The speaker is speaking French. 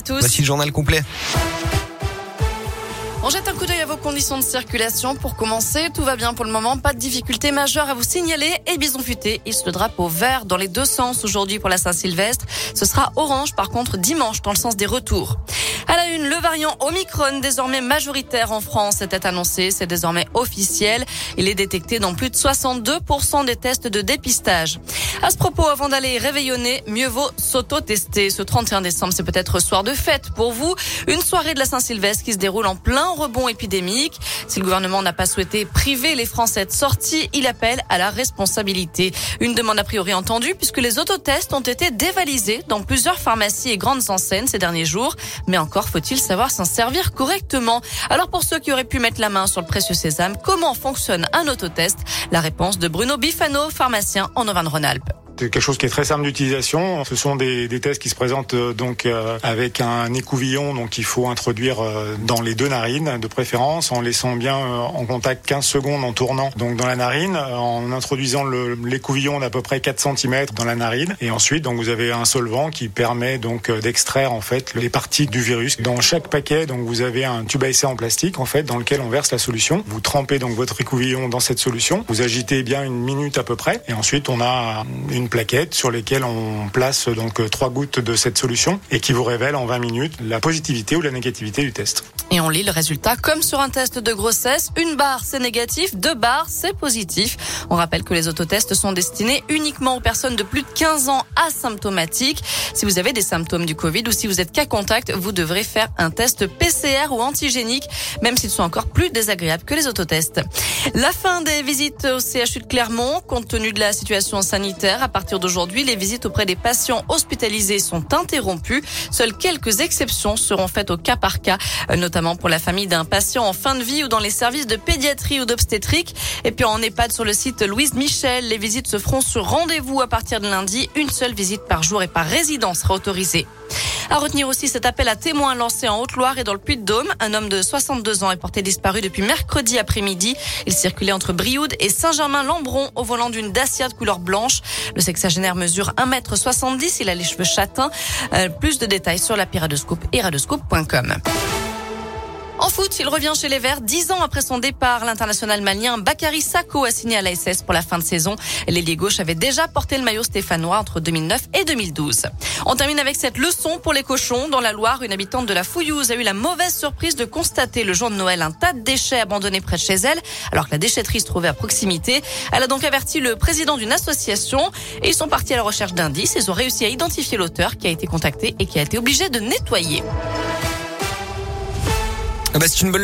tous. Voici le journal complet. On jette un coup d'œil à vos conditions de circulation. Pour commencer, tout va bien pour le moment. Pas de difficultés majeures à vous signaler. Et Bison Futé hisse le drapeau vert dans les deux sens aujourd'hui pour la Saint-Sylvestre. Ce sera orange par contre dimanche dans le sens des retours. À la une, le variant Omicron, désormais majoritaire en France, c'était annoncé, c'est désormais officiel. Il est détecté dans plus de 62% des tests de dépistage. À ce propos, avant d'aller réveillonner, mieux vaut s'auto-tester. Ce 31 décembre, c'est peut-être soir de fête pour vous. Une soirée de la Saint-Sylvestre qui se déroule en plein rebond épidémique. Si le gouvernement n'a pas souhaité priver les Français de sortie, il appelle à la responsabilité. Une demande a priori entendue puisque les autotests ont été dévalisés dans plusieurs pharmacies et grandes enseignes ces derniers jours. Mais encore faut-il savoir s'en servir correctement. Alors pour ceux qui auraient pu mettre la main sur le précieux sésame, comment fonctionne un autotest? La réponse de Bruno Bifano, pharmacien en Auvergne-Rhône-Alpes. C'est quelque chose qui est très simple d'utilisation. Ce sont des tests qui se présentent avec un écouvillon qu'il faut introduire dans les deux narines de préférence, en laissant bien en contact 15 secondes en tournant donc dans la narine, en introduisant l'écouvillon d'à peu près 4 cm dans la narine, et ensuite vous avez un solvant qui permet d'extraire en fait les parties du virus. Dans chaque paquet vous avez un tube à essai en plastique en fait dans lequel on verse la solution. Vous trempez votre écouvillon dans cette solution, vous agitez bien 1 minute à peu près, et ensuite on a une plaquette sur lesquelles on place 3 gouttes de cette solution et qui vous révèle en 20 minutes la positivité ou la négativité du test. Et on lit le résultat comme sur un test de grossesse. 1 barre, c'est négatif. 2 barres, c'est positif. On rappelle que les autotests sont destinés uniquement aux personnes de plus de 15 ans asymptomatiques. Si vous avez des symptômes du Covid ou si vous êtes cas contact, vous devrez faire un test PCR ou antigénique, même s'ils sont encore plus désagréables que les autotests. La fin des visites au CHU de Clermont, compte tenu de la situation sanitaire. À partir d'aujourd'hui, les visites auprès des patients hospitalisés sont interrompues. Seules quelques exceptions seront faites au cas par cas, notamment pour la famille d'un patient en fin de vie ou dans les services de pédiatrie ou d'obstétrique. Et puis en EHPAD sur le site Louise Michel, les visites se feront sur rendez-vous à partir de lundi. Une seule visite par jour et par résident sera autorisée. À retenir aussi cet appel à témoins lancé en Haute-Loire et dans le Puy-de-Dôme. Un homme de 62 ans est porté disparu depuis mercredi après-midi. Il circulait entre Brioude et Saint-Germain-Lambron au volant d'une Dacia de couleur blanche. Le sexagénaire mesure 1,70 m. Il a les cheveux châtains. Plus de détails sur l'appli Radioscoop et radioscoop.com. En foot, il revient chez les Verts 10 ans après son départ. L'international malien Bakary Sako a signé à l'ASS pour la fin de saison. L'ailier gauche avait déjà porté le maillot stéphanois entre 2009 et 2012. On termine avec cette leçon pour les cochons. Dans la Loire, une habitante de la Fouillouse a eu la mauvaise surprise de constater le jour de Noël un tas de déchets abandonnés près de chez elle, alors que la déchetterie se trouvait à proximité. Elle a donc averti le président d'une association et ils sont partis à la recherche d'indices. Ils ont réussi à identifier l'auteur qui a été contacté et qui a été obligé de nettoyer. C'est une bonne